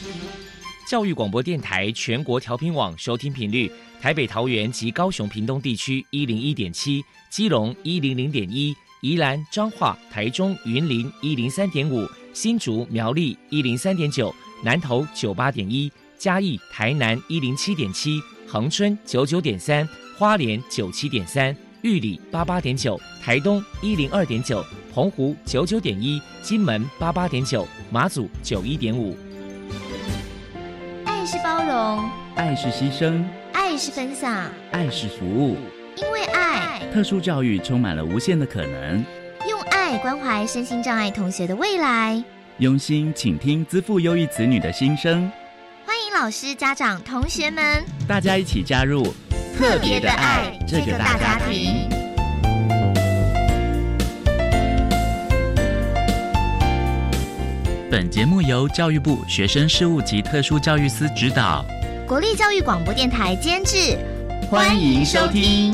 教育广播电台全国调频网收听频率：台北、桃园及高雄屏东地区101.7，基隆100.1，宜兰、彰化、台中、云林103.5，新竹、苗栗103.9，南投98.1，嘉义、台南107.7，恒春99.3，花莲97.3，玉里88.9，台东102.9，澎湖99.1，金门88.9，马祖91.5。 爱是包容， 爱是牺牲， 爱是分享， 爱是服务。 因为爱， 特殊教育充满了无限的可能。 用爱关怀身心障碍同学的未来， 用心倾听资赋优异子女的心声。 欢迎老师、家长、同学们， 大家一起加入特别的爱这个大家庭。 本节目由教育部学生事务及特殊教育司指导， 国立教育广播电台监制， 欢迎收听。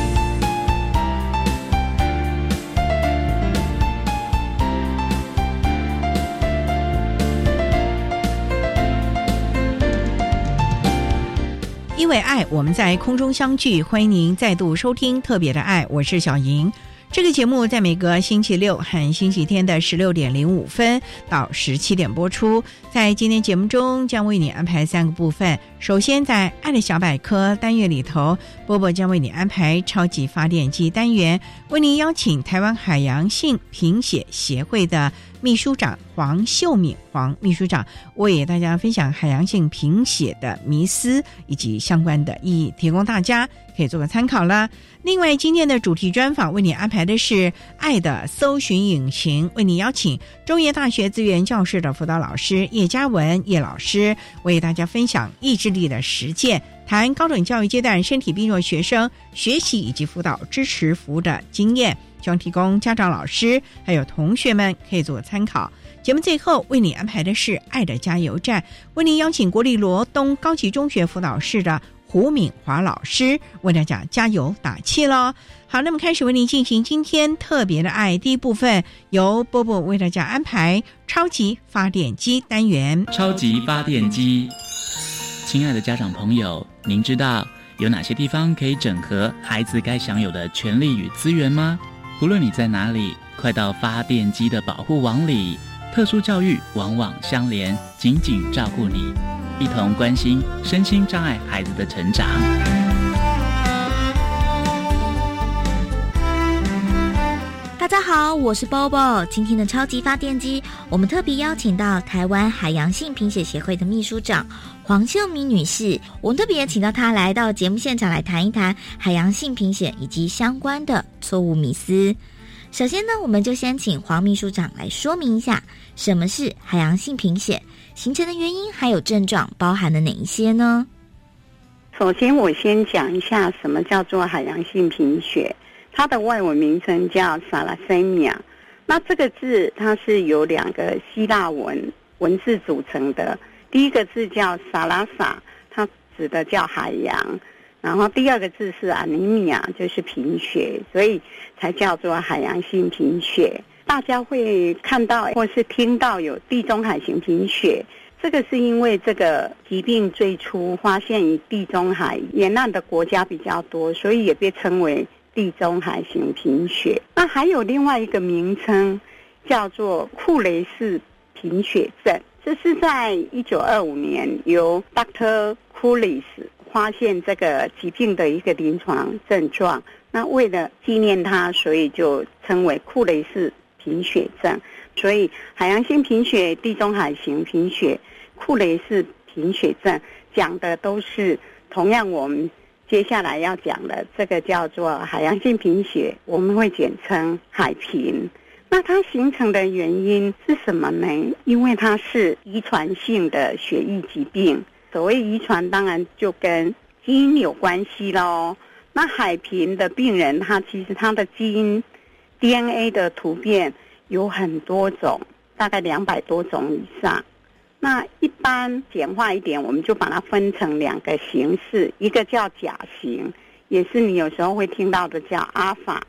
因为爱，我们在空中相聚，欢迎您再度收听特别的爱，我是小莹。这个节目在每个星期六和星期天的16点05分到17点播出。在今天节目中将为你安排3个部分。首先在爱的小百科单元里头，波波将为你安排超级发电机单元，为您邀请台湾海洋性贫血协会的秘书长黄秀敏黄秘书长为大家分享海洋性贫血的迷思以及相关的意义，提供大家可以做个参考啦。另外今天的主题专访为你安排的是爱的搜寻引擎，为你邀请中研大学资源教室的辅导老师叶嘉文叶老师为大家分享意志力的实践，谈高等教育阶段身体病弱学生学习以及辅导支持服务的经验，希望提供家长老师还有同学们可以做参考。节目最后为你安排的是爱的加油站，为您邀请国立罗东高级中学辅导室的胡敏华老师为大家加油打气咯。好，那么开始为您进行今天特别的爱第一部分，由波波为大家安排超级发电机单元。 超级发电机。亲爱的家长朋友，您知道有哪些地方可以整合孩子该享有的权利与资源吗？无论你在哪里，快到发电机的保护网里，特殊教育网网相连，紧紧照顾你，一同关心身心障碍孩子的成长。 大家好，我是 Bobo。今天的超级发电机，我们特别邀请到台湾海洋性贫血协会的秘书长黄秀敏女士，我们特别请到她来到节目现场来谈一谈海洋性贫血以及相关的错误迷思。首先呢，我们就先请黄秘书长来说明一下什么是海洋性贫血，形成的原因还有症状包含了哪一些呢？ 首先我先讲一下什么叫做海洋性贫血，它的外文名称叫 Thalassemia。 那这个字它是由2个希腊文字组成的，第一个字叫 Thalassa， 它指的叫海洋，然后第2个字是 anemia， 就是贫血，所以才叫做海洋性贫血。大家会看到或是听到有地中海型贫血，这个是因为这个疾病最初发现于地中海沿岸的国家比较多，所以也被称为地中海型贫血。那还有另外一个名称叫做库雷氏贫血症，这是在1925年由 Dr. Kulis 发现这个疾病的一个临床症状，那为了纪念他，所以就称为库雷氏贫血症。所以海洋性贫血、地中海型贫血、库雷氏贫血症讲的都是同样我们接下来要讲的，这个叫做海洋性贫血，我们会简称海贫。那它形成的原因是什么呢？因为它是遗传性的血液疾病，所谓遗传当然就跟基因有关系咯。那海贫的病人，他其实他的基因 DNA 的突变有很多种，大概200多种以上。那一般简化一点，我们就把它分成2个形式，一个叫甲型，也是你有时候会听到的叫阿法，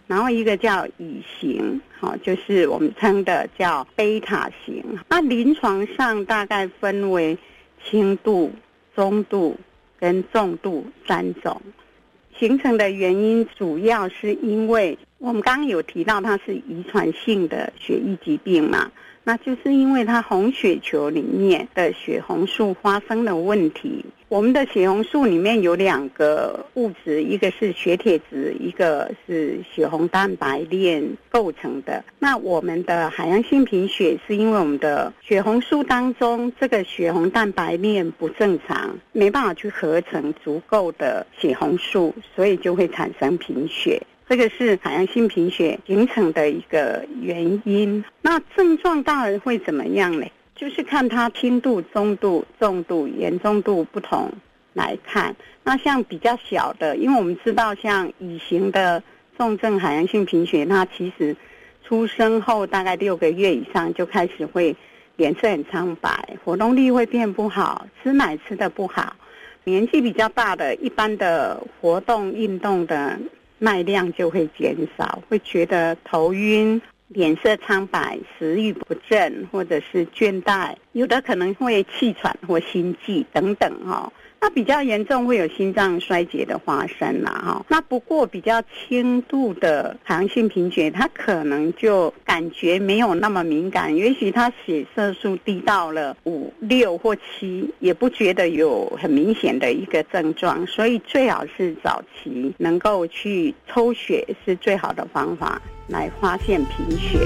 然后一个叫乙型，就是我们称的叫贝塔型。那临床上大概分为轻度、中度跟重度3种。形成的原因主要是因为我们刚刚有提到它是遗传性的血液疾病嘛，那就是因为它红血球里面的血红素发生了问题。我们的血红素里面有2个物质，一个是血铁质，一个是血红蛋白链构成的。那我们的海洋性贫血是因为我们的血红素当中这个血红蛋白链不正常，没办法去合成足够的血红素，所以就会产生贫血。这个是海洋性贫血形成的一个原因。那症状大概会怎么样呢？就是看它轻度、中度、重度、严重度不同来看。那像比较小的，因为我们知道像乙型的重症海洋性贫血，它其实出生后大概6个月以上就开始会脸色很苍白，活动力会变不好，吃奶吃得不好。年纪比较大的，一般的活动运动的耐量就会减少，会觉得头晕、脸色苍白、食欲不振，或者是倦怠，有的可能会气喘或心悸等等那比较严重会有心脏衰竭的发生啦那不过比较轻度的海洋性贫血，它可能就感觉没有那么敏感，也许它血色素低到了5、6或7，也不觉得有很明显的一个症状，所以最好是早期能够去抽血是最好的方法来发现贫血。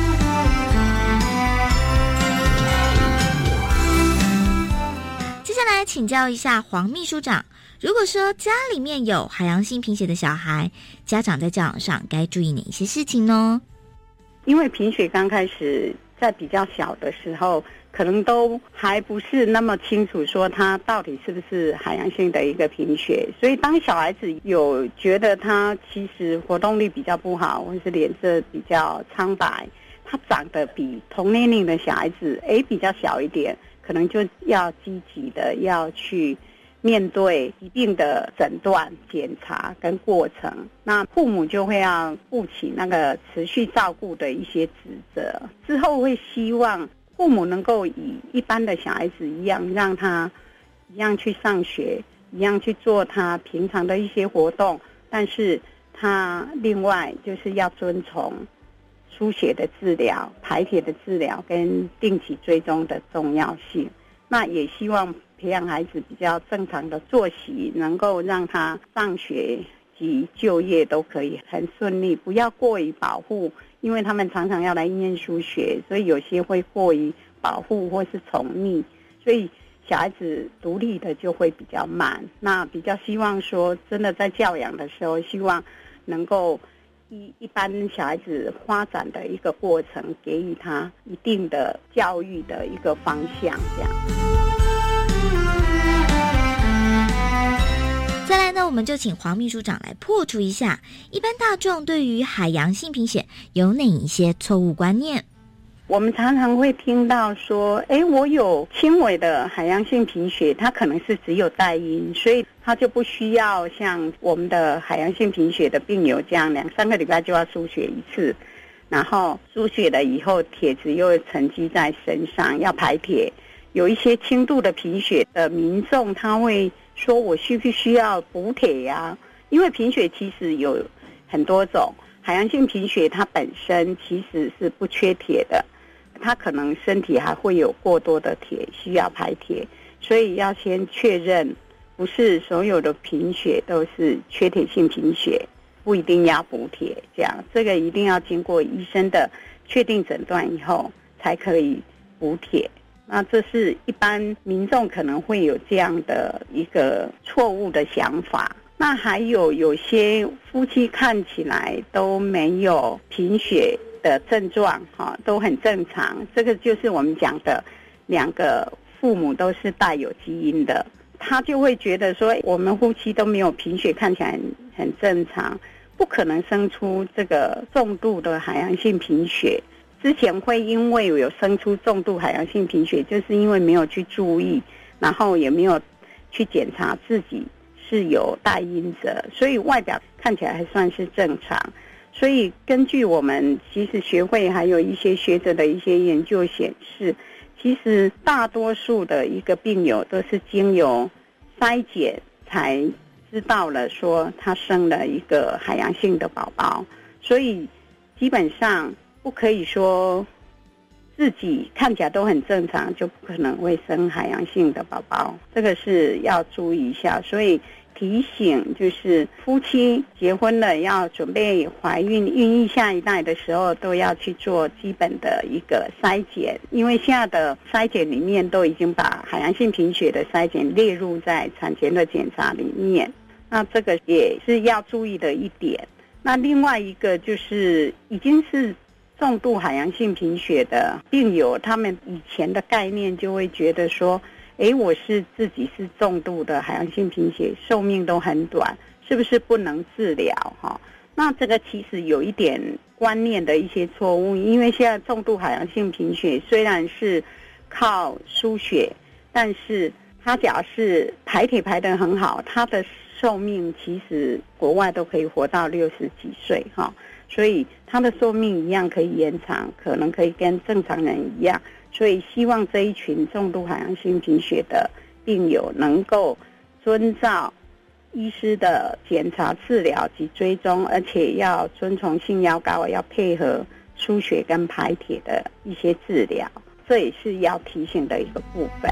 接下来请教一下黄秘书长，如果说家里面有海洋性贫血的小孩，家长在教养上该注意哪些事情呢？ 因为贫血刚开始在比较小的时候，可能都还不是那么清楚说他到底是不是海洋性的一个贫血，所以当小孩子有觉得他其实活动力比较不好，或是脸色比较苍白，他长得比同年龄的小孩子比较小一点，可能就要积极的要去面对疾病的诊断、检查跟过程。那父母就会要负起那个持续照顾的一些职责，之后会希望父母能够以一般的小孩子一样，让他一样去上学，一样去做他平常的一些活动，但是他另外就是要遵从输血的治疗、排铁的治疗跟定期追踪的重要性。那也希望培养孩子比较正常的作息，能够让他上学及就业都可以很顺利，不要过于保护，因为他们常常要来念书学，所以有些会过于保护或是宠溺，所以小孩子独立的就会比较慢。那比较希望说真的在教养的时候，希望能够一般小孩子发展的一个过程，给予他一定的教育的一个方向这样。 再来呢，我们就请黄秘书长来破除一下一般大众对于海洋性贫血有哪一些错误观念。 我们常常会听到说我有轻微的海洋性贫血，它可能是只有带因，所以它就不需要像我们的海洋性贫血的病友这样2-3个礼拜就要输血一次，然后输血了以后铁质又沉积在身上要排铁。有一些轻度的贫血的民众他会说，我需不需要补铁呀？因为贫血其实有很多种，海洋性贫血它本身其实是不缺铁的，它可能身体还会有过多的铁需要排铁，所以要先确认不是所有的贫血都是缺铁性贫血，不一定要补铁，这样这个一定要经过医生的确定诊断以后才可以补铁。那这是一般民众可能会有这样的一个错误的想法。那还有些夫妻看起来都没有贫血的症状都很正常，这个就是我们讲的2个父母都是带有基因的，他就会觉得说我们夫妻都没有贫血，看起来很正常，不可能生出这个重度的海洋性贫血。之前会因为有生出重度海洋性贫血，就是因为没有去注意，然后也没有去检查自己是有带因者，所以外表看起来还算是正常。 所以根据我们其实学会还有一些学者的一些研究显示，其实大多数的一个病友都是经由筛检才知道了说他生了一个海洋性的宝宝，所以基本上不可以说自己看起来都很正常就不可能会生海洋性的宝宝，这个是要注意一下。所以提醒就是夫妻结婚了要准备怀孕孕育下一代的时候，都要去做基本的一个筛检，因为现在的筛检里面都已经把海洋性贫血的筛检列入在产前的检查里面，那这个也是要注意的一点。那另外一个就是已经是重度海洋性贫血的病友，他们以前的概念就会觉得说，我是自己是重度的海洋性贫血，寿命都很短，是不是不能治疗哈？那这个其实有一点观念的一些错误，因为现在重度海洋性贫血虽然是靠输血，但是它假如是排铁排得很好，它的寿命其实国外都可以活到60几岁哈，所以它的寿命一样可以延长，可能可以跟正常人一样。所以希望这一群重度海洋性贫血的病友能够遵照医师的检查治疗及追踪，而且要遵从性要膏，要配合输血跟排铁的一些治疗，这也是要提醒的一个部分。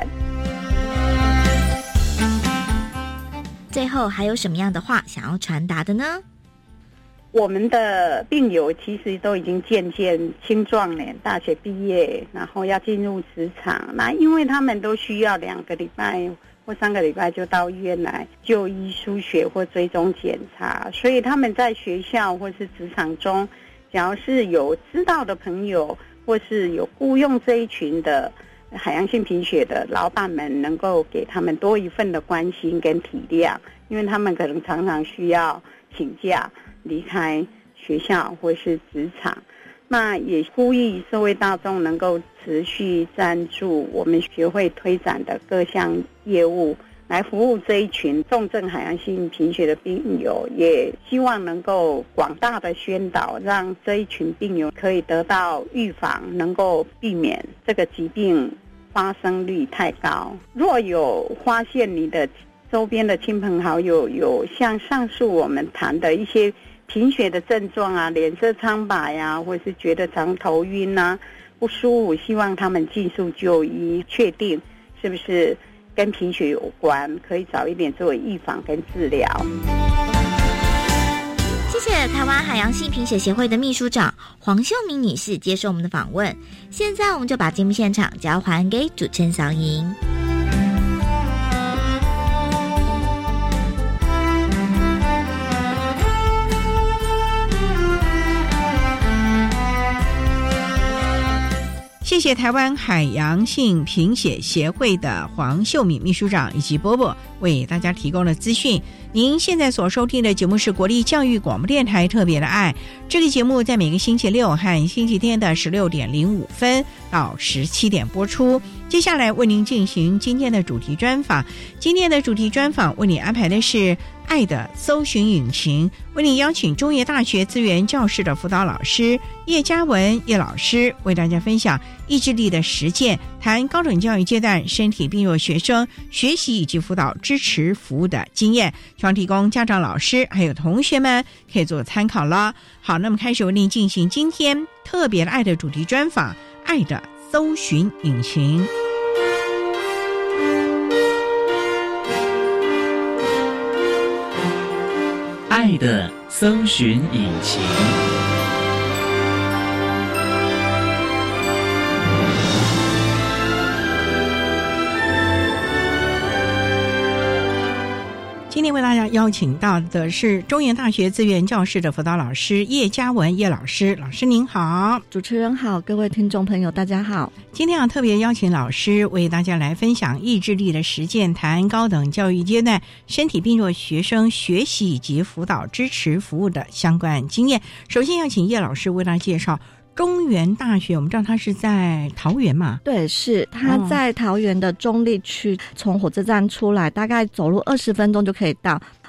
最后还有什么样的话想要传达的呢？ 我们的病友其实都已经渐渐青壮年，大学毕业，然后要进入职场，那因为他们都需要2个礼拜或3个礼拜就到医院来就医输血或追踪检查，所以他们在学校或是职场中，假如是有知道的朋友或是有雇用这一群的海洋性贫血的老板们，能够给他们多一份的关心跟体谅，因为他们可能常常需要请假离开学校或是职场。那也呼吁社会大众能够持续赞助我们学会推展的各项业务，来服务这一群重症海洋性贫血的病友，也希望能够广大的宣导，让这一群病友可以得到预防，能够避免这个疾病发生率太高。若有发现你的周边的亲朋好友有像上述我们谈的一些贫血的症状啊，脸色苍白啊，或是觉得常头晕啊，不舒服，希望他们尽速就医，确定是不是跟贫血有关，可以早一点做预防跟治疗。 谢谢台湾海洋性贫血协会的秘书长黄秀明女士接受我们的访问。现在我们就把节目现场交还给主持人小莹。 谢谢台湾海洋性贫血协会的黄秀敏秘书长以及波波为大家提供了资讯。您现在所收听的节目是国立教育广播电台特别的爱，这个节目在每个星期六和星期天的16点05分到17点播出。接下来为您进行今天的主题专访，今天的主题专访为你安排的是爱的搜寻引擎，为你邀请中原大学资源教室的辅导老师叶嘉文叶老师为大家分享意志力的实践，谈高等教育阶段身体病弱学生学习以及辅导支持服务的经验，希望提供家长老师还有同学们可以做参考了。好，那么开始为您进行今天特别的爱的主题专访，爱的搜寻引擎。 爱的搜寻引擎。 今天为大家邀请到的是中原大学资源教室的辅导老师叶嘉文叶老师，老师您好。 主持人好，各位听众朋友大家好。 今天特别邀请老师为大家来分享意志力的实践，谈高等教育阶段身体病弱学生学习以及辅导支持服务的相关经验。首先要请叶老师为大家介绍中原大学，我们知道它是在桃园嘛？ 对，是它在桃园的中立区，从火车站出来大概走路20分钟就可以到。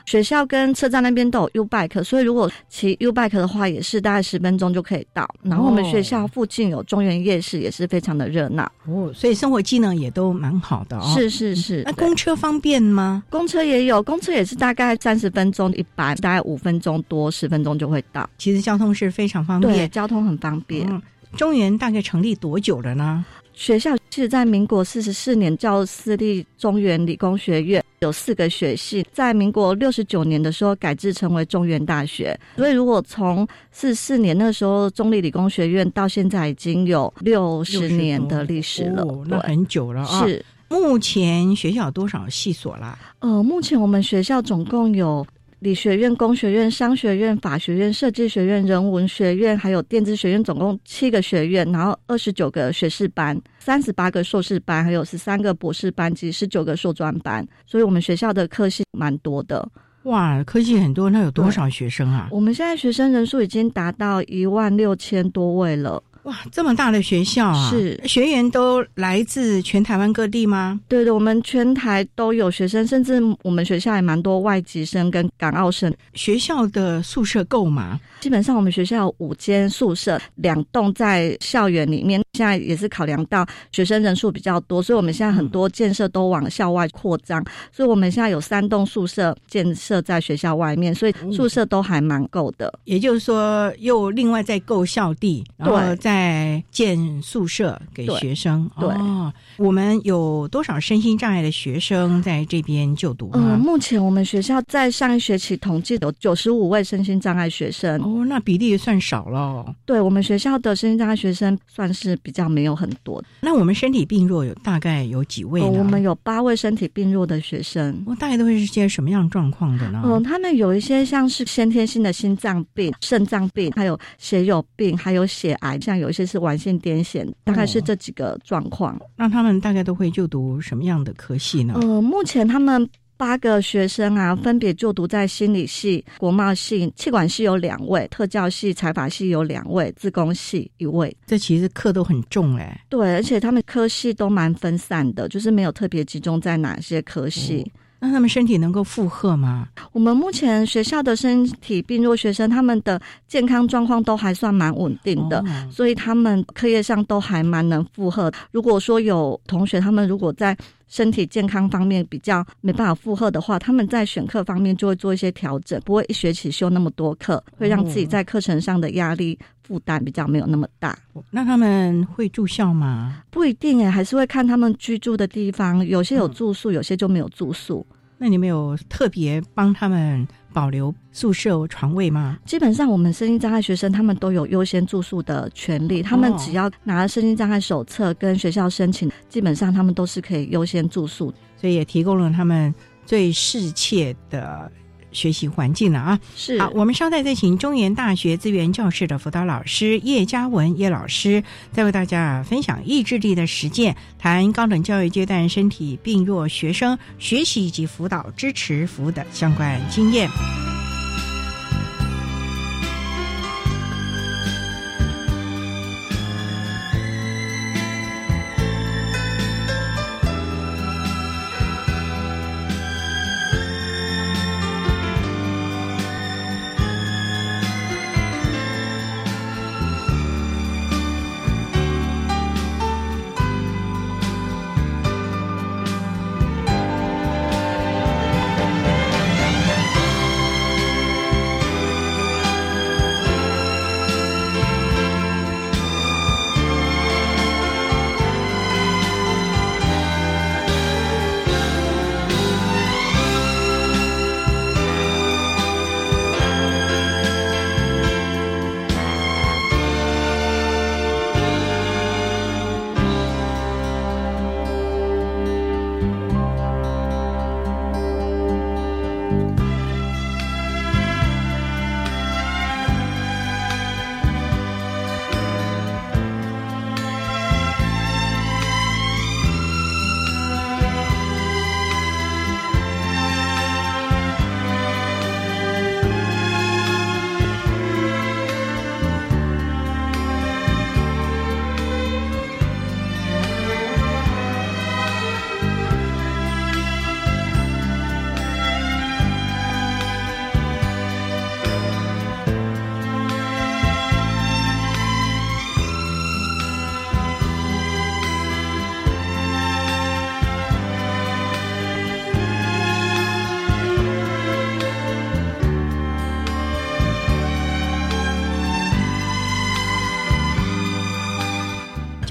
学校跟车站那边都有 U-Bike， 所以如果骑 U-Bike 的话，也是大概10分钟就可以到。然后我们学校附近有中原夜市，也是非常的热闹。 所以生活机能也都蛮好的哦。 是。 那公车方便吗？ 公车也有，公车也是大概30分钟一班，大概5分钟多10分钟就会到。 其实交通是非常方便， 对，交通很方便。 中原大概成立多久了呢？ 学校是在民国44年叫私立中原理工学院，有4个学系，在民国69年的时候改制成为中原大学。所以如果从44年那时候中立理工学院到现在已经有60年的历史了， 那很久了啊。 是。 目前学校有多少系所啦？ 目前我们学校总共有理学院、工学院、商学院、法学院、设计学院、人文学院，还有电子学院，总共7个学院，然后29个学士班，38个硕士班，还有13个博士班及19个硕专班，所以我们学校的科系蛮多的。 哇，科系很多，那有多少学生啊？ 我们现在学生人数已经达到16000多位了。 哇，这么大的学校啊！ 是学员都来自全台湾各地吗？ 对的，我们全台都有学生，甚至我们学校也蛮多外籍生跟港澳生。 学校的宿舍够吗？ 基本上我们学校有5间宿舍，2栋在校园里面。现在也是考量到学生人数比较多，所以我们现在很多建设都往校外扩张，所以我们现在有3栋宿舍建设在学校外面，所以宿舍都还蛮够的。 也就是说又另外再购校地，然后再建宿舍给学生。 对， 我们有多少身心障碍的学生在这边就读呢？ 目前我们学校在上一学期统计有95位身心障碍学生。 那比例也算少了。 对，我们学校的身心障碍学生算是比较没有很多。 那我们身体病弱大概有几位呢？ 我们有8位身体病弱的学生。 大概都会是些什么样状况的呢？ 他们有一些像是先天性的心脏病、肾脏病，还有血友病，还有血癌，像有一些是晚性癫痫，大概是这几个状况。 那他们大概都会就读什么样的科系呢？ 目前他们8个学生啊，分别就读在心理系、国贸系、企管系有2位，特教系、财法系有2位，自工系1位。 这其实课都很重欸。 对，而且他们科系都蛮分散的，就是没有特别集中在哪些科系。 那他们身体能够负荷吗？ 我们目前学校的身体病弱学生，他们的健康状况都还算蛮稳定的，所以他们课业上都还蛮能负荷。如果说有同学他们如果在身体健康方面比较没办法负荷的话，他们在选课方面就会做一些调整，不会一学期修那么多课，会让自己在课程上的压力负担比较没有那么大。 那他们会住校吗？ 不一定还是会看他们居住的地方，有些有住宿，有些就没有住宿。 那你们有特别帮他们保留宿舍床位吗？ 基本上我们身心障碍学生他们都有优先住宿的权利，他们只要拿了身心障碍手册跟学校申请，基本上他们都是可以优先住宿， 所以也提供了他们最适切的学习环境了啊。 是。 好，我们稍待再请中原大学资源教室的辅导老师叶嘉文叶老师，再为大家分享意志力的实践，谈高等教育阶段身体病弱学生学习以及辅导支持服务的相关经验。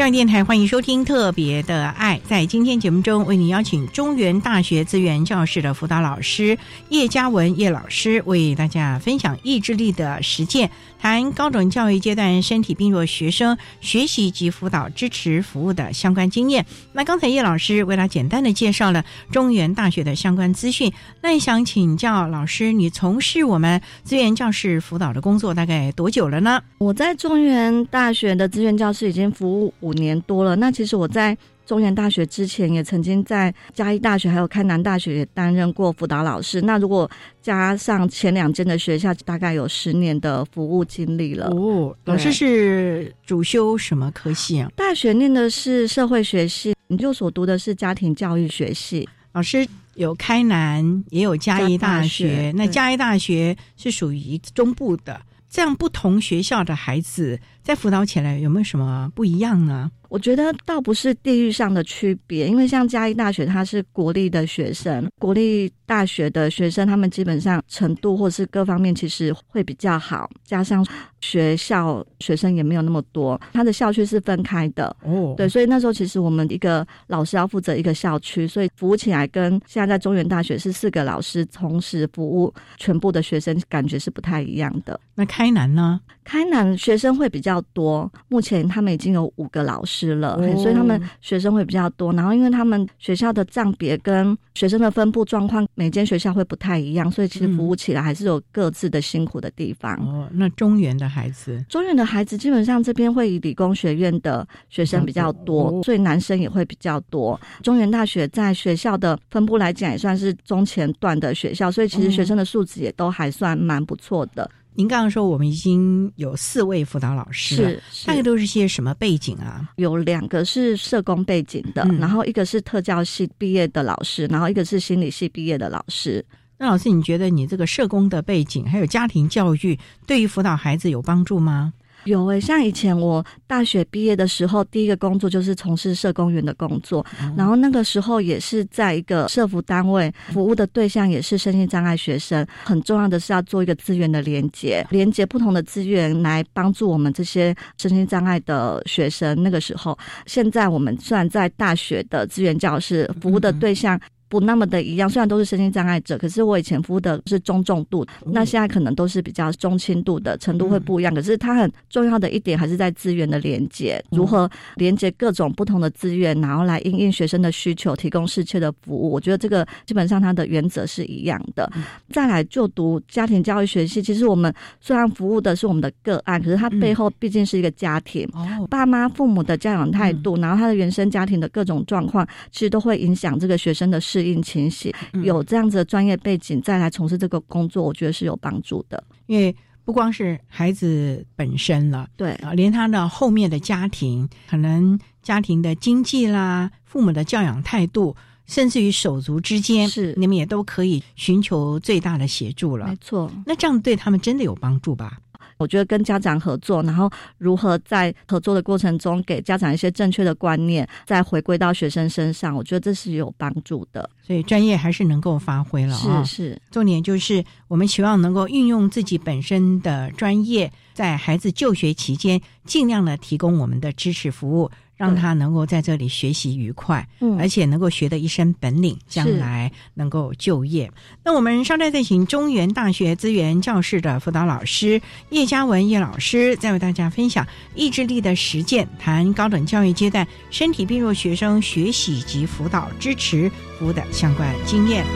教育电台，欢迎收听特别的爱。在今天节目中，为您邀请中原大学资源教室的辅导老师叶嘉文叶老师，为大家分享意志力的实践，谈高等教育阶段身体病弱学生学习及辅导支持服务的相关经验。那刚才叶老师为他简单的介绍了中原大学的相关资讯，那也想请教老师，你从事我们资源教室辅导的工作大概多久了呢？ 我在中原大学的资源教室已经服务5年多了。那其实我在中原大学之前也曾经在嘉义大学还有开南大学也担任过辅导老师，那如果加上前2间的学校，大概有10年的服务经历了。 老师是主修什么科系啊？ 大学念的是社会学系，研究所读的是家庭教育学系。 老师有开南也有嘉义大学，那嘉义大学是属于中部的，这样不同学校的孩子在辅导起来有没有什么不一样呢？ 我觉得倒不是地域上的区别，因为像嘉义大学它是国立的学生，国立大学的学生他们基本上程度或是各方面其实会比较好，加上学校学生也没有那么多，它的校区是分开的。对，所以那时候其实我们一个老师要负责一个校区，所以服务起来跟现在在中原大学是4个老师同时服务全部的学生，感觉是不太一样的。 那开南呢？ 开南学生会比较多，目前他们已经有5个老师了，所以他们学生会比较多。然后因为他们学校的账别跟学生的分布状况，每间学校会不太一样，所以其实服务起来还是有各自的辛苦的地方。 那中原的孩子， 中原的孩子基本上这边会以理工学院的学生比较多，所以男生也会比较多。中原大学在学校的分布来讲也算是中前段的学校，所以其实学生的素质也都还算蛮不错的。 您刚刚说我们已经有4位辅导老师了，大概都是些什么背景啊？ 有2个是社工背景的，然后一个是特教系毕业的老师，然后一个是心理系毕业的老师。 那老师，你觉得你这个社工的背景还有家庭教育对于辅导孩子有帮助吗？ 有像以前我大学毕业的时候，第一个工作就是从事社工员的工作，然后那个时候也是在一个社福单位，服务的对象也是身心障碍学生。很重要的是要做一个资源的连结不同的资源来帮助我们这些身心障碍的学生。那个时候，现在我们虽然在大学的资源教室服务的对象不那么的一样，虽然都是身心障碍者，可是我以前服务的是中重度，那现在可能都是比较中轻度的，程度会不一样。可是它很重要的一点还是在资源的连结，如何连结各种不同的资源，然后来因应学生的需求，提供适切的服务。我觉得这个基本上它的原则是一样的。再来就读家庭教育学系，其实我们虽然服务的是我们的个案，可是它背后毕竟是一个家庭，爸妈父母的教养态度，然后他的原生家庭的各种状况，其实都会影响这个学生的适应情形。有这样子的专业背景再来从事这个工作，我觉得是有帮助的。 因为不光是孩子本身了， 对连他的后面的家庭，可能家庭的经济啦，父母的教养态度，甚至于手足之间， 是你们也都可以寻求最大的协助了。 没错， 那这样对他们真的有帮助吧？ 我觉得跟家长合作，然后如何在合作的过程中给家长一些正确的观念，再回归到学生身上，我觉得这是有帮助的。 所以专业还是能够发挥了是重点就是我们希望能够运用自己本身的专业，在孩子就学期间尽量的提供我们的支持服务，让他能够在这里学习愉快，而且能够学得一身本领，将来能够就业。那我们稍待再请中原大学资源教室的辅导老师叶嘉文叶老师，再为大家分享意志力的实践，谈高等教育阶段身体病弱学生学习及辅导支持服务的相关经验。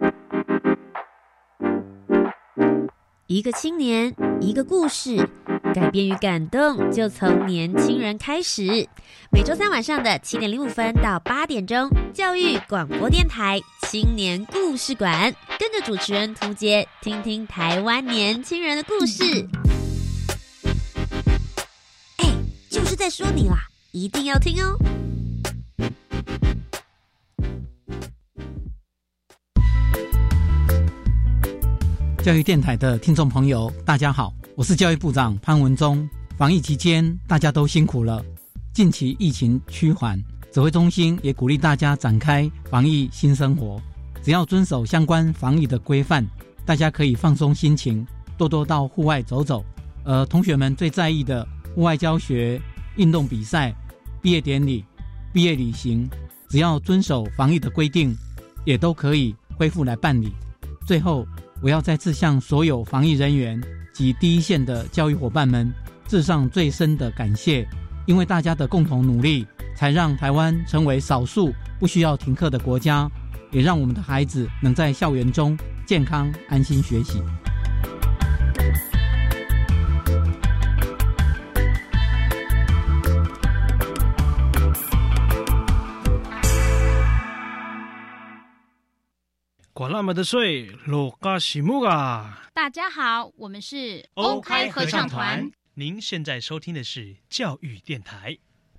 一个青年，一个故事， 改变与感动就从年轻人开始。每周三晚上的7点05分到8点钟，教育广播电台青年故事馆，跟着主持人涂杰，听听台湾年轻人的故事。就是在说你啦，一定要听哦。 教育电台的听众朋友大家好，我是教育部长潘文忠。防疫期间大家都辛苦了，近期疫情趋缓，指挥中心也鼓励大家展开防疫新生活，只要遵守相关防疫的规范，大家可以放松心情，多多到户外走走。同学们最在意的户外教学、运动比赛、毕业典礼、毕业旅行，只要遵守防疫的规定，也都可以恢复来办理。最后我要再次向所有防疫人员及第一线的教育伙伴们致上最深的感谢，因为大家的共同努力，才让台湾成为少数不需要停课的国家，也让我们的孩子能在校园中健康安心学习。 管那么的水，罗嘎西木啊！ 大家好，我们是欧开合唱团。您现在收听的是教育电台。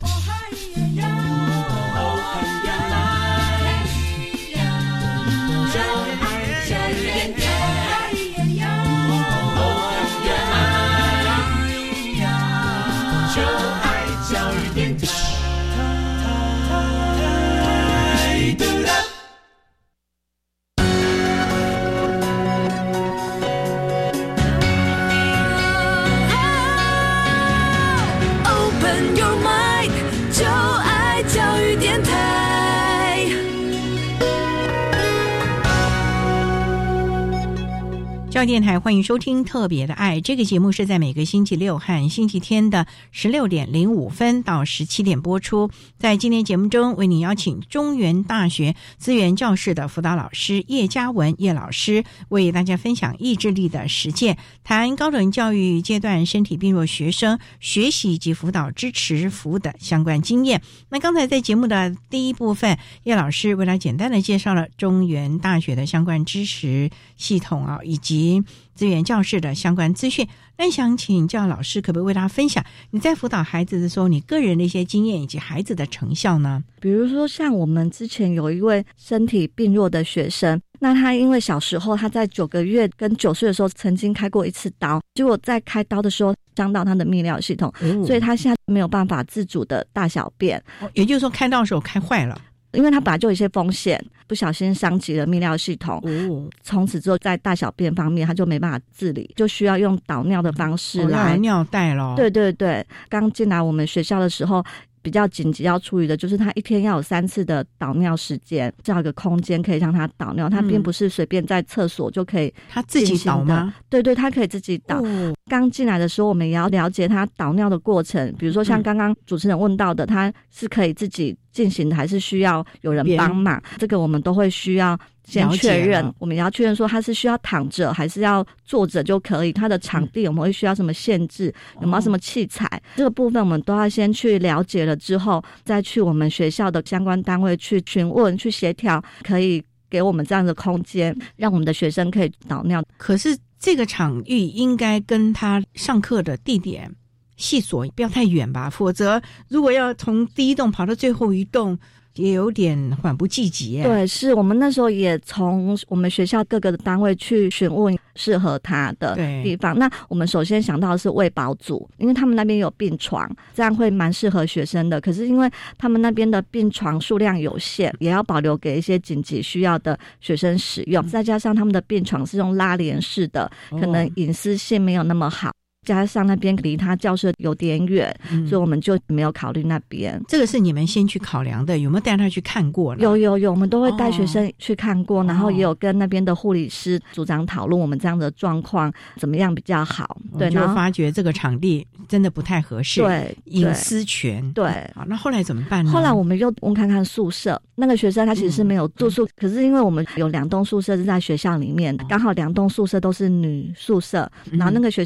教育电台欢迎收听特别的爱，这个节目是在每个星期六和星期天的16点05分到17点播出。在今天节目中，为您邀请中原大学资源教室的辅导老师叶嘉文叶老师，为大家分享意志力的实践，谈高等教育阶段身体病弱学生学习及辅导支持服务的相关经验。那刚才在节目的第一部分，叶老师为大家简单的介绍了中原大学的相关支持系统以及资源教室的相关资讯。那想请教老师，可不可以为大家分享你在辅导孩子的时候，你个人的一些经验以及孩子的成效呢？ 比如说像我们之前有一位身体病弱的学生，那他因为小时候他在9个月跟9岁的时候曾经开过一次刀，结果在开刀的时候伤到他的泌尿系统，所以他现在没有办法自主的大小便， 也就是说开刀的时候开坏了， 因为他本来就有一些风险，不小心伤及了泌尿系统，从此之后在大小便方面他就没办法自理，就需要用导尿的方式来尿袋咯。 对对对，刚进来我们学校的时候比较紧急要处理的就是他一天要有3次的导尿时间，这样一个空间可以让他导尿，他并不是随便在厕所就可以他自己导吗？ 对对，他可以自己导。刚进来的时候我们也要了解他导尿的过程，比如说像刚刚主持人问到的，他是可以自己进行的还是需要有人帮忙，这个我们都会需要先确认，我们也要确认说他是需要躺着还是要坐着就可以，他的场地我们会需要什么限制，有没有什么器材，这个部分我们都要先去了解了之后，再去我们学校的相关单位去询问去协调，可以给我们这样的空间让我们的学生可以导尿。 可是这个场域应该跟他上课的地点系所不要太远吧，否则如果要从第一栋跑到最后一栋也有点缓不济急。 对，是我们那时候也从我们学校各个单位去询问适合他的地方。那我们首先想到的是卫保组，因为他们那边有病床，这样会蛮适合学生的。可是因为他们那边的病床数量有限，也要保留给一些紧急需要的学生使用，再加上他们的病床是用拉帘式的，可能隐私性没有那么好，加上那边离他教室有点远，所以我们就没有考虑那边。 这个是你们先去考量的，有没有带他去看过了？ 有，我们都会带学生去看过，然后也有跟那边的护理师组长讨论我们这样的状况怎么样比较好。对， 就发觉这个场地真的不太合适， 对， 隐私权。 对， 好，那后来怎么办呢？ 后来我们又问看看宿舍，那个学生他其实是没有住宿，可是因为我们有2栋宿舍是在学校里面，刚好2栋宿舍都是女宿舍，然后那个学生也是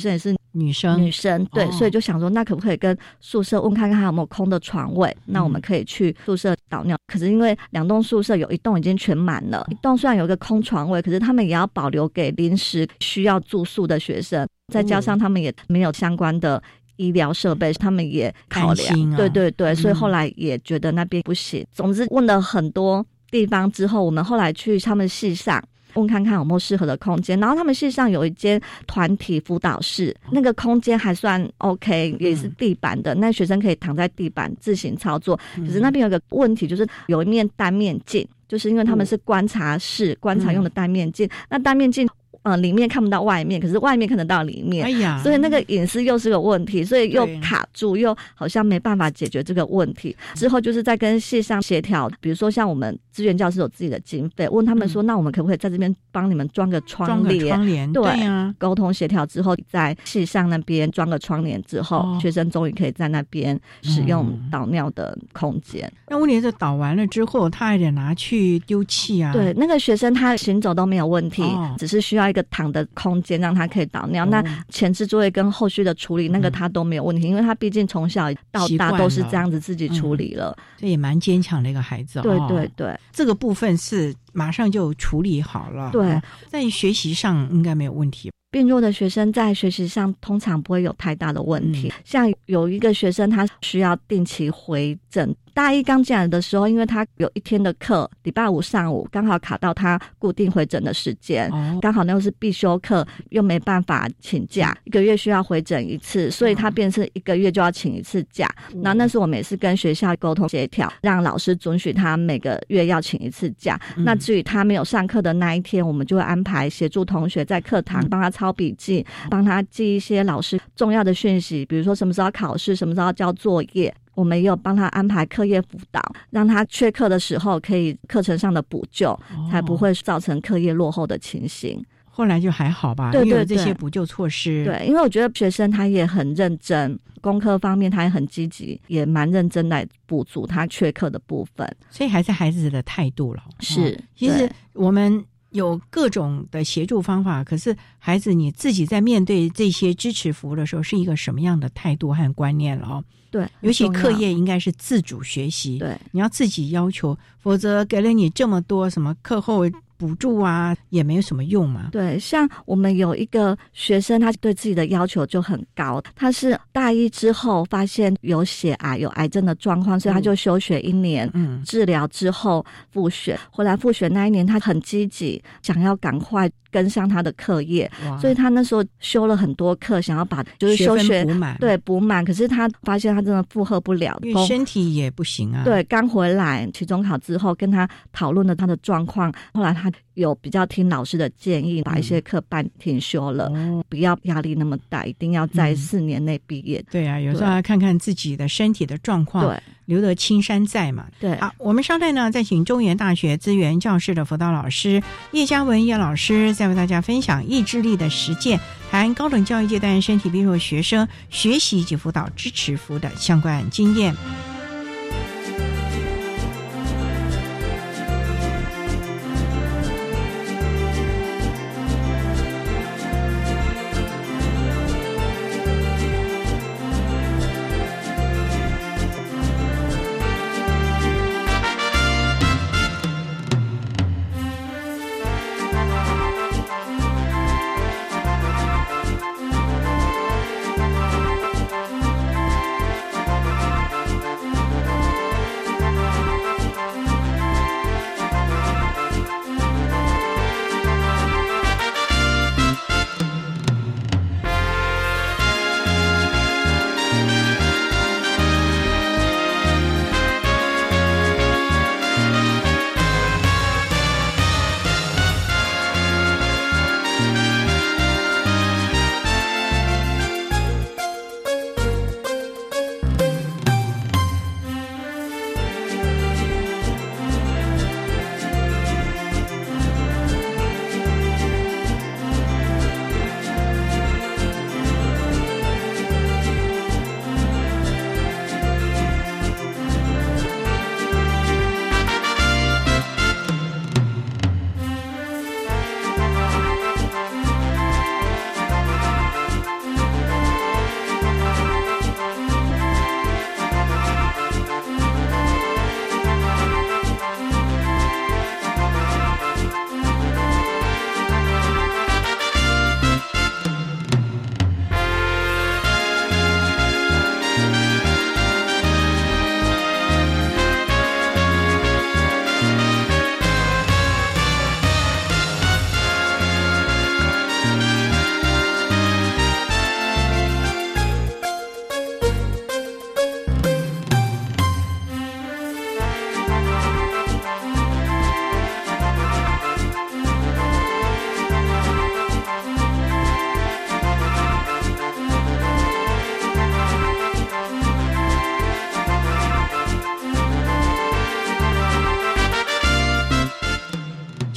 女生对，所以就想说那可不可以跟宿舍问看看还有没有空的床位，那我们可以去宿舍导尿。可是因为2栋宿舍有一栋已经全满了，一栋虽然有一个空床位，可是他们也要保留给临时需要住宿的学生，再加上他们也没有相关的医疗设备，他们也考量，对，所以后来也觉得那边不行。总之问了很多地方之后，我们后来去他们系上问看看有没有适合的空间，然后他们系上有一间团体辅导室，那个空间还算 OK， 也是地板的，那学生可以躺在地板自行操作。可是那边有个问题，就是有一面单面镜，就是因为他们是观察室，观察用的单面镜，那单面镜里面看不到外面，可是外面看得到里面，所以那个隐私又是个问题，所以又卡住，又好像没办法解决这个问题。之后就是在跟系上协调，比如说像我们资源教室有自己的经费，问他们说，那我们可不可以在这边帮你们装个窗帘？对啊，沟通协调之后，在系上那边装个窗帘之后，学生终于可以在那边使用导尿的空间。 那问题是导完了之后，他还得拿去丢弃啊。 对，那个学生他行走都没有问题，只是需要一个躺的空间让他可以导尿。那前置作业跟后续的处理，那个他都没有问题，因为他毕竟从小到大都是这样子自己处理了。 这也蛮坚强的一个孩子。 对， 这个部分是马上就处理好了。 对， 在学习上应该没有问题。 病弱的学生在学习上通常不会有太大的问题，像有一个学生他需要定期回诊。大一刚进来的时候，因为他有一天的课，礼拜五上午刚好卡到他固定回诊的时间，刚好那又是必修课，又没办法请假，1个月需要回诊一次，所以他变成1个月就要请1次假。然后那时候我们也是跟学校沟通协调，让老师准许他每个月要请1次假。那至于他没有上课的那一天，我们就会安排协助同学在课堂帮他抄笔记，帮他记一些老师重要的讯息，比如说什么时候考试，什么时候要交作业。我们也有帮他安排课业辅导，让他缺课的时候可以课程上的补救，才不会造成课业落后的情形。 后来就还好吧， 对， 因为有这些补救措施。 对，因为我觉得学生他也很认真，功课方面他也很积极，也蛮认真来补足他缺课的部分。 所以还是孩子的态度了。 是， 其实我们有各种的协助方法，可是孩子你自己在面对这些支持服务的时候，是一个什么样的态度和观念了对， 尤其课业应该是自主学习， 对， 你要自己要求，否则给了你这么多什么课后补助啊，也没有什么用嘛。 对，像我们有一个学生，他对自己的要求就很高，他是大一之后发现有血癌、有癌症的状况，所以他就休学1年，治疗之后复学。回来复学那一年，他很积极，想要赶快跟上他的课业，所以他那时候修了很多课，想要把就是休学补满，可是他发现他真的负荷不了， 因为身体也不行啊。 对，刚回来期中考之后，跟他讨论了他的状况，后来他有比较听老师的建议，把一些课半停休了，不要压力那么大，一定要在4年内毕业。 对啊，有时候要看看自己的身体的状况，对，留得青山在嘛。 对， 好，我们稍待呢，再请中原大学资源教室的辅导老师叶嘉文叶老师，再为大家分享意志力的实践，谈高等教育阶段身体病弱学生学习及辅导支持服务的相关经验。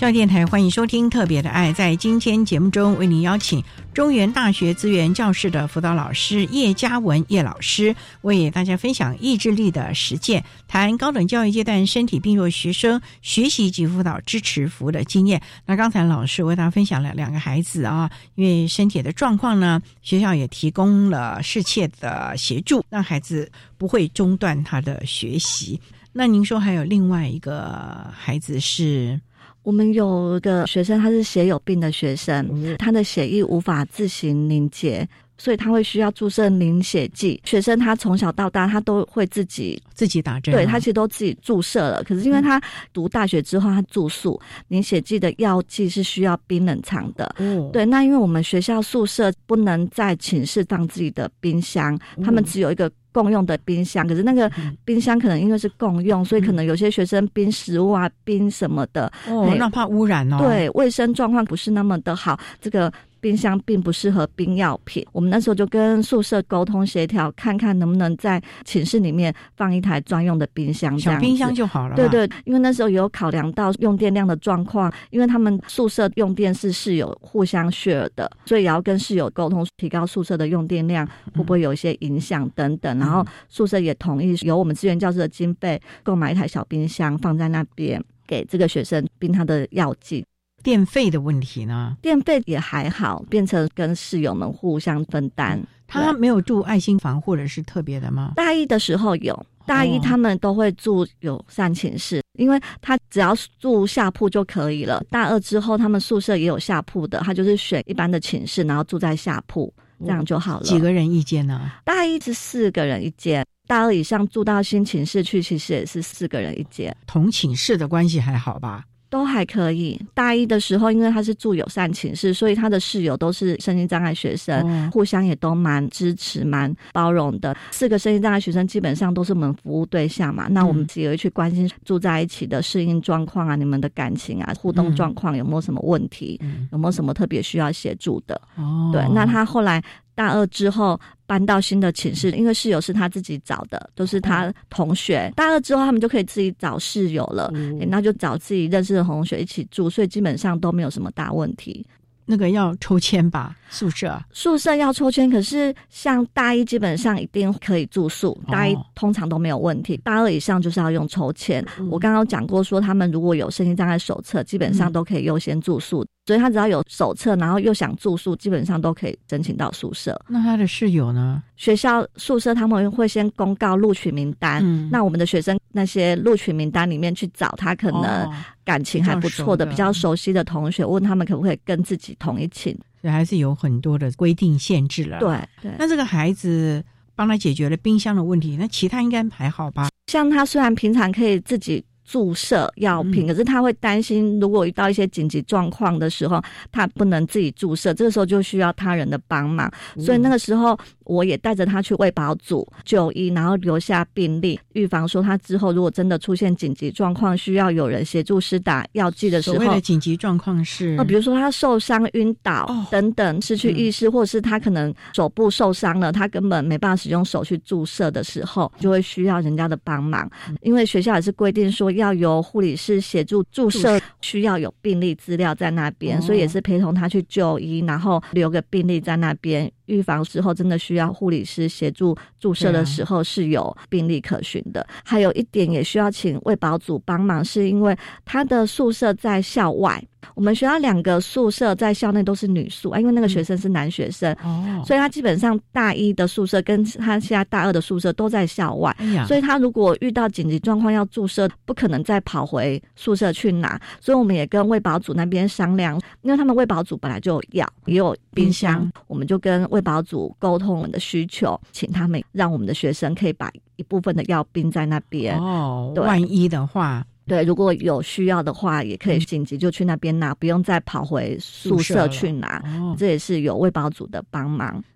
教育电台欢迎收听特别的爱，在今天节目中为您邀请中原大学资源教室的辅导老师叶嘉文叶老师，为大家分享意志力的实践，谈高等教育阶段身体病弱学生学习及辅导支持服务的经验。那刚才老师为大家分享了2个孩子啊，因为身体的状况呢，学校也提供了适切的协助，让孩子不会中断他的学习。那您说还有另外一个孩子是？ 我们有个学生，他是血友病的学生，他的血液无法自行凝结，所以他会需要注射凝血剂。学生他从小到大他都会自己打针，对，他其实都自己注射了。可是因为他读大学之后，他住宿，凝血剂的药剂是需要冰冷藏的。对，那因为我们学校宿舍不能在寝室放自己的冰箱，他们只有一个共用的冰箱，可是那个冰箱可能因为是共用，所以可能有些学生冰食物啊、冰什么的， 那怕污染哦。 对，卫生状况不是那么的好，这个冰箱并不适合冰药品。我们那时候就跟宿舍沟通协调，看看能不能在寝室里面放一台专用的冰箱， 小冰箱就好了。 对对，因为那时候有考量到用电量的状况，因为他们宿舍用电是室友互相 share 的，所以也要跟室友沟通，提高宿舍的用电量会不会有一些影响等等。然后宿舍也同意由我们资源教室的经费购买一台小冰箱放在那边，给这个学生冰他的药剂。 电费的问题呢？ 电费也还好，变成跟室友们互相分担。 他没有住爱心房或者是特别的吗？ 大一的时候有，大一他们都会住友善寝室，因为他只要住下铺就可以了。大2之后他们宿舍也有下铺的，他就是选一般的寝室，然后住在下铺，这样就好了。 几个人一间呢？ 大一是4个人一间，大2以上住到新寝室去，其实也是4个人一间。 同寝室的关系还好吧？ 都还可以。大一的时候因为他是住友善寝室，所以他的室友都是身心障碍学生，互相也都蛮支持蛮包容的。4个身心障碍学生基本上都是我们服务对象嘛，那我们也会去关心住在一起的适应状况啊，你们的感情啊，互动状况有没有什么问题，有没有什么特别需要协助的。对，那他后来大2之后搬到新的寝室，因为室友是他自己找的，都是他同学。大2之后他们就可以自己找室友了，那就找自己认识的同学一起住，所以基本上都没有什么大问题。 那个要抽签吧，宿舍要抽签，可是像大一基本上一定可以住宿，大一通常都没有问题，大2以上就是要用抽签。我刚刚讲过说他们如果有身心障碍手册，基本上都可以优先住宿，所以他只要有手册然后又想住宿，基本上都可以申请到宿舍。 那他的室友呢？ 学校宿舍他们会先公告录取名单，那我们的学生那些录取名单里面去找他可能感情还不错的比较熟悉的同学，问他们可不可以跟自己同一寝。 所以还是有很多的规定限制了。 对， 那这个孩子帮他解决了冰箱的问题，那其他应该还好吧？ 像他虽然平常可以自己注射药品，可是他会担心如果遇到一些紧急状况的时候他不能自己注射，这个时候就需要他人的帮忙，所以那个时候我也带着他去卫保组就医，然后留下病历，预防说他之后如果真的出现紧急状况需要有人协助施打药剂的时候。 所谓的紧急状况是比如说他受伤晕倒等等失去意识，或者是他可能手部受伤了，他根本没办法使用手去注射的时候，就会需要人家的帮忙。因为学校也是规定说要由护理师协助注射，需要有病历资料在那边，所以也是陪同他去就医，然后留个病历在那边，预防之后真的需要护理师协助注射的时候是有病历可循的。还有一点也需要请卫保组帮忙，是因为他的宿舍在校外，我们学校2个宿舍在校内都是女宿，因为那个学生是男学生，所以他基本上大1的宿舍跟他现在大2的宿舍都在校外，所以他如果遇到紧急状况要注射，不可能再跑回宿舍去拿，所以我们也跟卫保组那边商量，因为他们卫保组本来就有药也有冰箱，我们就跟卫保组沟通我们的需求，请他们让我们的学生可以把一部分的药冰在那边， 万一的话， 对，如果有需要的话也可以紧急就去那边拿，不用再跑回宿舍去拿，这也是有卫保组的帮忙。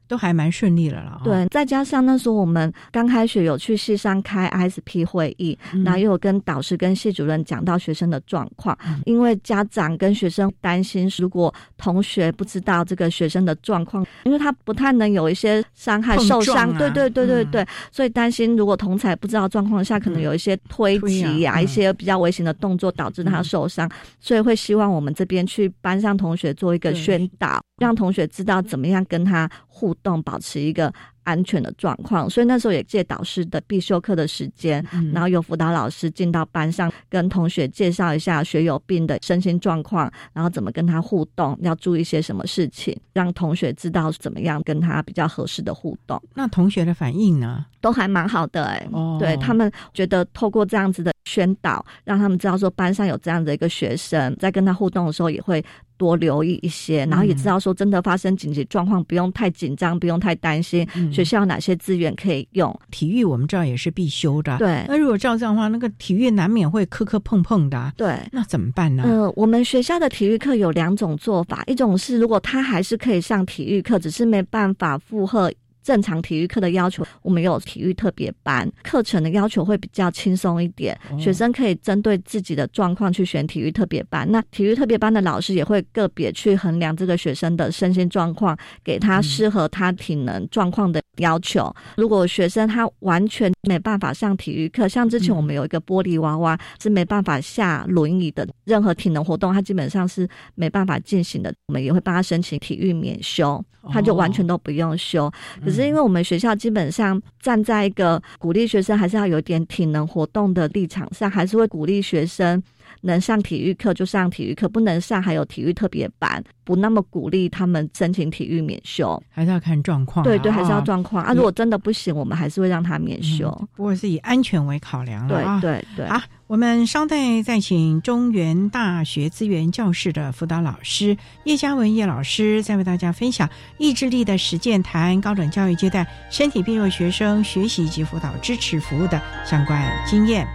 都还蛮顺利了啦。 对，再加上那时候我们刚开学有去系上开 ISP 会议，然后又有跟导师跟系主任讲到学生的状况，因为家长跟学生担心，如果同学不知道这个学生的状况，因为他不太能有一些伤害受伤，对，所以担心如果同侪不知道状况下，可能有一些推挤一些比较危险的动作导致他受伤，所以会希望我们这边去班上同学做一个宣导，让同学知道怎么样跟他互动，保持一个安全的状况。所以那时候也借导师的必修课的时间，然后有辅导老师进到班上跟同学介绍一下学友病的身心状况，然后怎么跟他互动，要注意一些什么事情，让同学知道怎么样跟他比较合适的互动。 那同学的反应呢？ 都还蛮好的对，他们觉得透过这样子的宣导，让他们知道说班上有这样的一个学生，在跟他互动的时候也会多留意一些，然后也知道说真的发生紧急状况不用太紧张，不用太担心，学校有哪些资源可以用。 体育我们知道也是必修的， 对。 那如果照这样的话，那个体育难免会磕磕碰碰的， 对。 那怎么办呢？ 我们学校的体育课有2种做法，一种是如果他还是可以上体育课，只是没办法负荷正常体育课的要求，我们有体育特别班，课程的要求会比较轻松一点，学生可以针对自己的状况去选体育特别班。那体育特别班的老师也会个别去衡量这个学生的身心状况，给他适合他体能状况的要求。如果学生他完全没办法上体育课，像之前我们有一个玻璃娃娃是没办法下轮椅的，任何体能活动他基本上是没办法进行的，我们也会帮他申请体育免修，他就完全都不用修。可是因为我们学校基本上站在一个鼓励学生还是要有点体能活动的立场上，还是会鼓励学生能上体育课就上体育课，不能上还有体育特别班，不那么鼓励他们申请体育免修， 还是要看状况。 对，还是要状况如果真的不行，我们还是会让他免修。 不过是以安全为考量了对。 好，我们稍待再请中原大学资源教室的辅导老师叶嘉文叶老师，再为大家分享意志力的实践，谈高等教育阶段身体病弱学生学习及辅导支持服务的相关经验。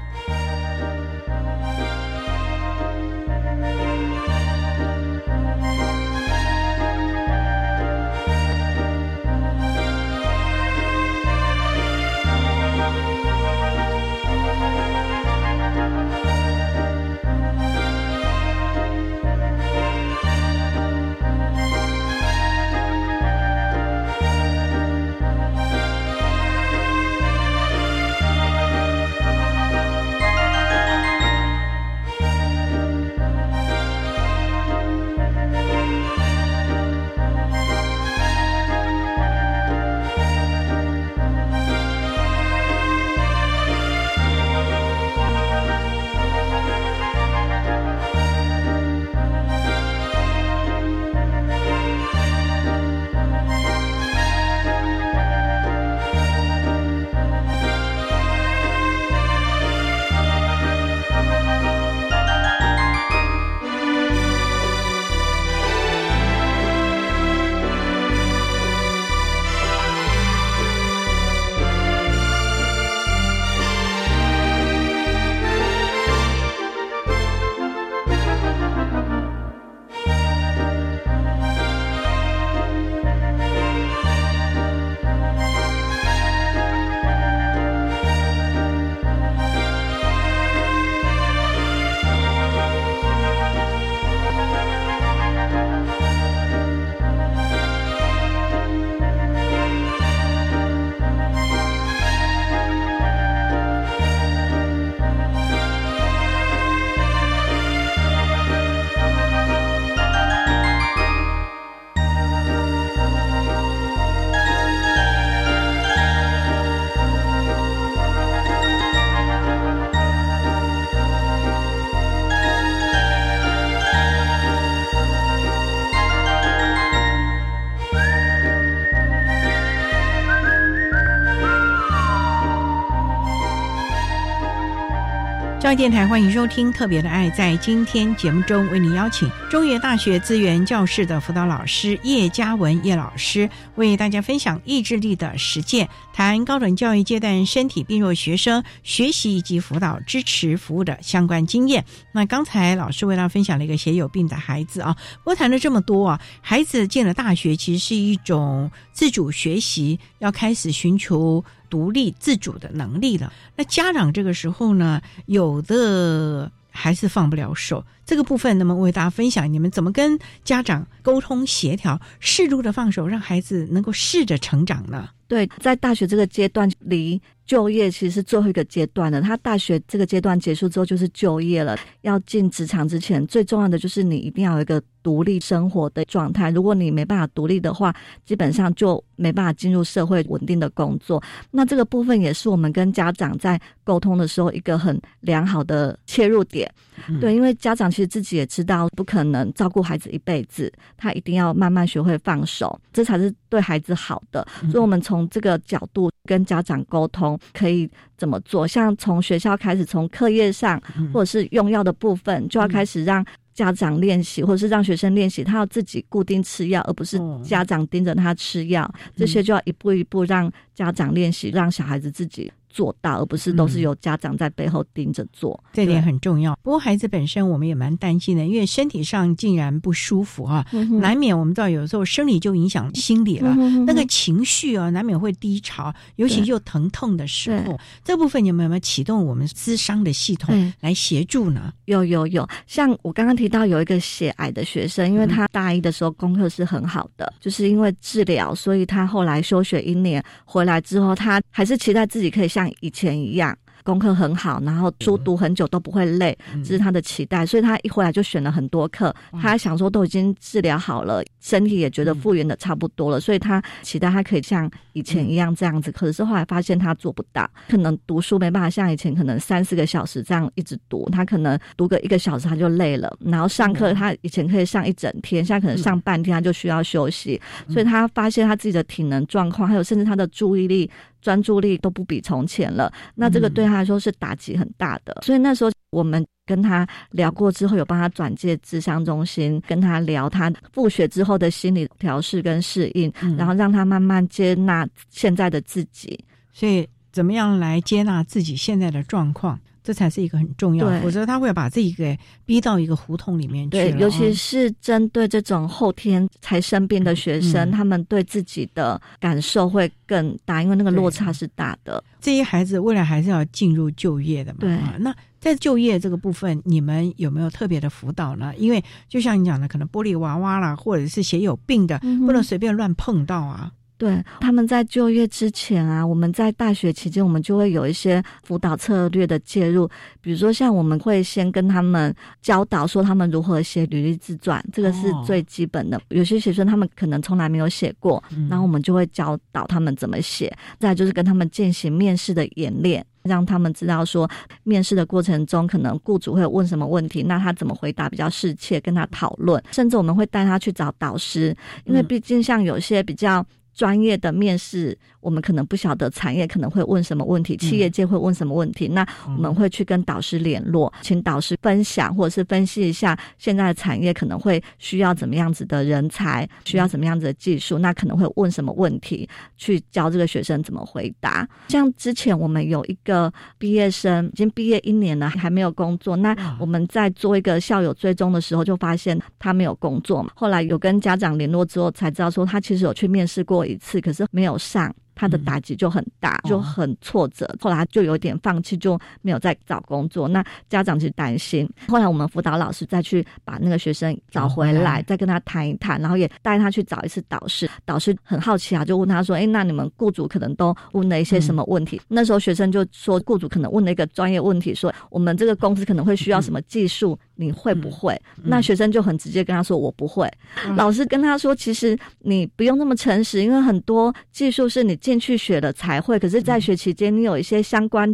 教育电台欢迎收听特别的爱，在今天节目中为你邀请中原大学资源教室的辅导老师叶嘉文叶老师，为大家分享意志力的实践，谈高等教育阶段身体病弱学生学习以及辅导支持服务的相关经验。那刚才老师为大家分享了一个血友病的孩子啊，不过谈了这么多啊，孩子进了大学其实是一种自主学习，要开始寻求独立自主的能力了。那家长这个时候呢，有的还是放不了手，这个部分能不能为大家分享你们怎么跟家长沟通协调，适度的放手，让孩子能够试着成长呢？ 对，在大学这个阶段，离就业其实是最后一个阶段了。他大学这个阶段结束之后就是就业了，要进职场之前，最重要的就是你一定要有一个独立生活的状态。如果你没办法独立的话，基本上就没办法进入社会稳定的工作。那这个部分也是我们跟家长在沟通的时候一个很良好的切入点。对，因为家长其实自己也知道不可能照顾孩子一辈子，他一定要慢慢学会放手，这才是对孩子好的。所以我们从这个角度跟家长沟通可以怎么做，像从学校开始，从课业上或者是用药的部分就要开始让家长练习，或者是让学生练习他要自己固定吃药，而不是家长盯着他吃药，这些就要一步一步让家长练习，让小孩子自己做到，而不是都是由家长在背后盯着做。 这点很重要。不过孩子本身我们也蛮担心的，因为身体上竟然不舒服啊，难免我们知道有时候生理就影响心理了，那个情绪啊难免会低潮，尤其又疼痛的时候，这部分有没有启动我们咨商的系统来协助呢？ 有，像我刚刚提到有一个血癌的学生，因为他大一的时候功课是很好的，就是因为治疗，所以他后来休学1年，回来之后他还是期待自己可以像以前一样功课很好，然后书读很久都不会累，这是他的期待，所以他一回来就选了很多课。他想说都已经治疗好了，身体也觉得复原的差不多了，所以他期待他可以像以前一样这样子。可是后来发现他做不到，可能读书没办法像以前可能3-4个小时这样一直读，他可能读个1个小时他就累了，然后上课他以前可以上一整天，现在可能上半天他就需要休息，所以他发现他自己的体能状况，还有甚至他的注意力专注力都不比从前了，那这个对他来说是打击很大的。所以那时候我们跟他聊过之后，有帮他转介諮商中心，跟他聊他复学之后的心理调适跟适应，然后让他慢慢接纳现在的自己。 所以怎么样来接纳自己现在的状况，这才是一个很重要的，否则他会把自己给逼到一个胡同里面去了。 对，尤其是针对这种后天才生病的学生，他们对自己的感受会更大，因为那个落差是大的。 这些孩子未来还是要进入就业的嘛。 对， 那在就业这个部分，你们有没有特别的辅导呢？因为就像你讲的，可能玻璃娃娃啦，或者是血友病的，不能随便乱碰到啊。 对，他们在就业之前啊，我们在大学期间我们就会有一些辅导策略的介入，比如说像我们会先跟他们教导说他们如何写履历自传，这个是最基本的。有些学生他们可能从来没有写过，然后我们就会教导他们怎么写。再来就是跟他们进行面试的演练，让他们知道说面试的过程中可能雇主会问什么问题，那他怎么回答比较适切，跟他讨论。甚至我们会带他去找导师，因为毕竟像有些比较专业的面试，我们可能不晓得产业可能会问什么问题，企业界会问什么问题，那我们会去跟导师联络，请导师分享或者是分析一下现在的产业可能会需要怎么样子的人才，需要怎么样子的技术，那可能会问什么问题，去教这个学生怎么回答。像之前我们有一个毕业生已经毕业1年了还没有工作，那我们在做一个校友追踪的时候就发现他没有工作嘛，后来有跟家长联络之后才知道说他其实有去面试过1次，可是没有上，他的打击就很大，就很挫折，后来他就有点放弃，就没有再找工作。那家长就担心，后来我们辅导老师再去把那个学生找回来，再跟他谈一谈，然后也带他去找一次导师。导师很好奇啊，就问他说那你们雇主可能都问了一些什么问题？那时候学生就说雇主可能问了一个专业问题，说我们这个公司可能会需要什么技术，你会不会？那学生就很直接跟他说我不会。老师跟他说其实你不用那么诚实，因为很多技术是你进去学了才会，可是在学期间你有一些相关的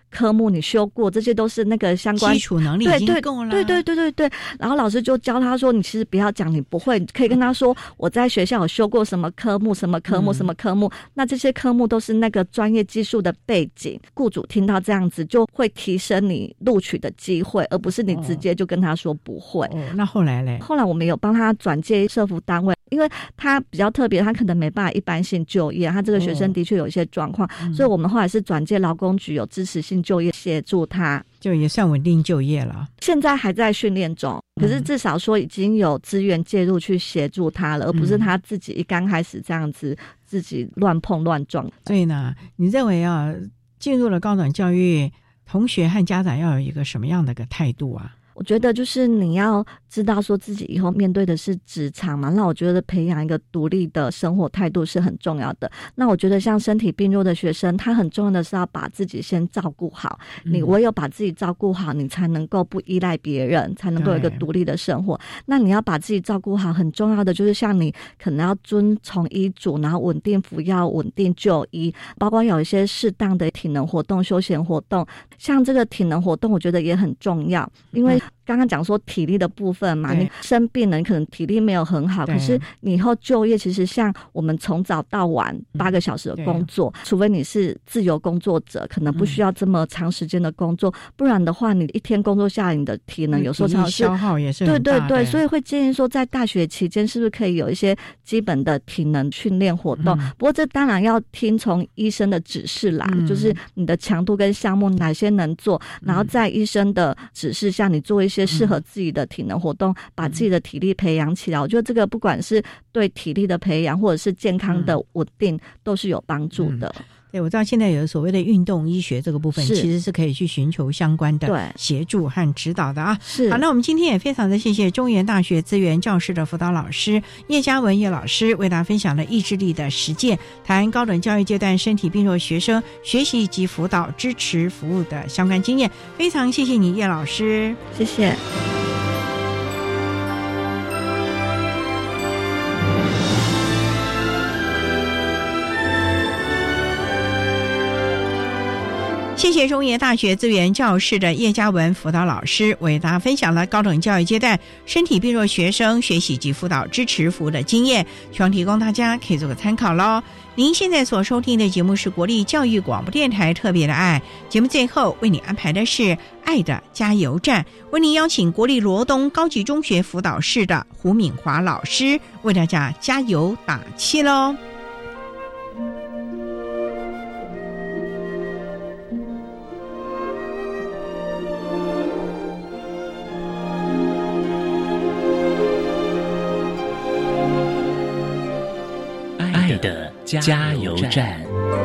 科目你修过，这些都是那个相关基础能力已经够了。 对。然后老师就教他说，你其实不要讲你不会，可以跟他说我在学校有修过什么科目什么科目什么科目，那这些科目都是那个专业技术的背景，雇主听到这样子就会提升你录取的机会，而不是你直接就跟他说不会。 那后来嘞？ 后来我们有帮他转介社福单位，因为他比较特别，他可能没办法一般性就业，他这个学生的确有一些状况，所以我们后来是转介劳工局有支持性就业协助他， 就也算稳定就业了。 现在还在训练中，可是至少说已经有资源介入去协助他了，而不是他自己一刚开始这样子自己乱碰乱撞。 所以呢，你认为进入了高等教育，同学和家长要有一个什么样的个态度啊？ 我觉得就是你要知道说自己以后面对的是职场嘛，那我觉得培养一个独立的生活态度是很重要的。那我觉得像身体病弱的学生，他很重要的是要把自己先照顾好，你唯有把自己照顾好，你才能够不依赖别人，才能够有一个独立的生活。那你要把自己照顾好，很重要的就是像你可能要遵从医嘱，然后稳定服药，稳定就医，包括有一些适当的体能活动、休闲活动。像这个体能活动我觉得也很重要，因为刚刚讲说体力的部分嘛，你生病了你可能体力没有很好，可是你以后就业其实像我们从早到晚8个小时的工作，除非你是自由工作者，可能不需要这么长时间的工作，不然的话你一天工作下来，你的体能有时候常常是消耗也是很大的。 对，所以会建议说在大学期间是不是可以有一些基本的体能训练活动，不过这当然要听从医生的指示啦，就是你的强度跟项目哪些能做，然后在医生的指示下你做一些适合自己的体能活动，把自己的体力培养起来。我觉得这个不管是对体力的培养或者是健康的稳定都是有帮助的。 对，我知道现在有所谓的运动医学这个部分，其实是可以去寻求相关的协助和指导的啊。 是。 好，那我们今天也非常的谢谢中原大学资源教室的辅导老师叶嘉文叶老师为大家分享了意志力的实践，谈高等教育阶段身体病弱学生学习及辅导支持服务的相关经验。非常谢谢你叶老师， 谢谢。 谢谢中原大学资源教室的叶嘉文辅导老师为大家分享了高等教育阶段身体病弱学生学习及辅导支持服务的经验，希望提供大家可以做个参考咯。您现在所收听的节目是国立教育广播电台特别的爱节目，最后为你安排的是爱的加油站，为您邀请国立罗东高级中学辅导室的胡敏华老师为大家加油打气咯。 的加油站。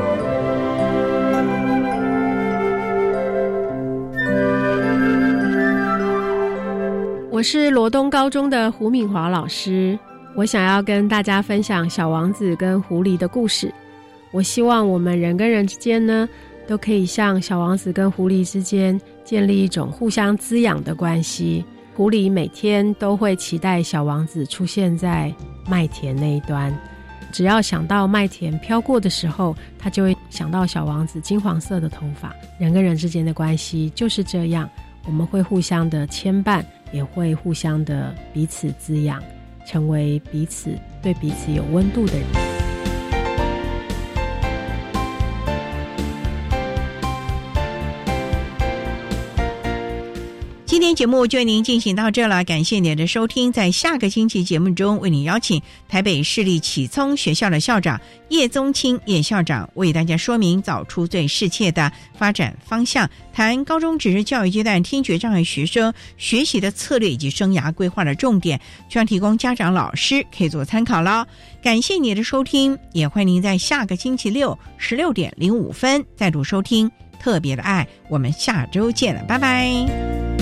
我是罗东高中的胡敏华老师，我想要跟大家分享小王子跟狐狸的故事。我希望我们人跟人之间呢，都可以像小王子跟狐狸之间建立一种互相滋养的关系。狐狸每天都会期待小王子出现在麦田那一端，只要想到麦田飘过的时候，他就会想到小王子金黄色的头发。人跟人之间的关系就是这样，我们会互相的牵绊，也会互相的彼此滋养，成为彼此对彼此有温度的人。 今天节目就为您进行到这了，感谢您的收听。在下个星期节目中，为您邀请台北市立启聪学校的校长叶宗清叶校长为大家说明早出最适切的发展方向，谈高中职业教育阶段听觉障碍学生学习的策略以及生涯规划的重点，希望提供家长老师可以做参考了。感谢您的收听，也欢迎您在下个星期六16点05分再度收听特别的爱。我们下周见了，拜拜。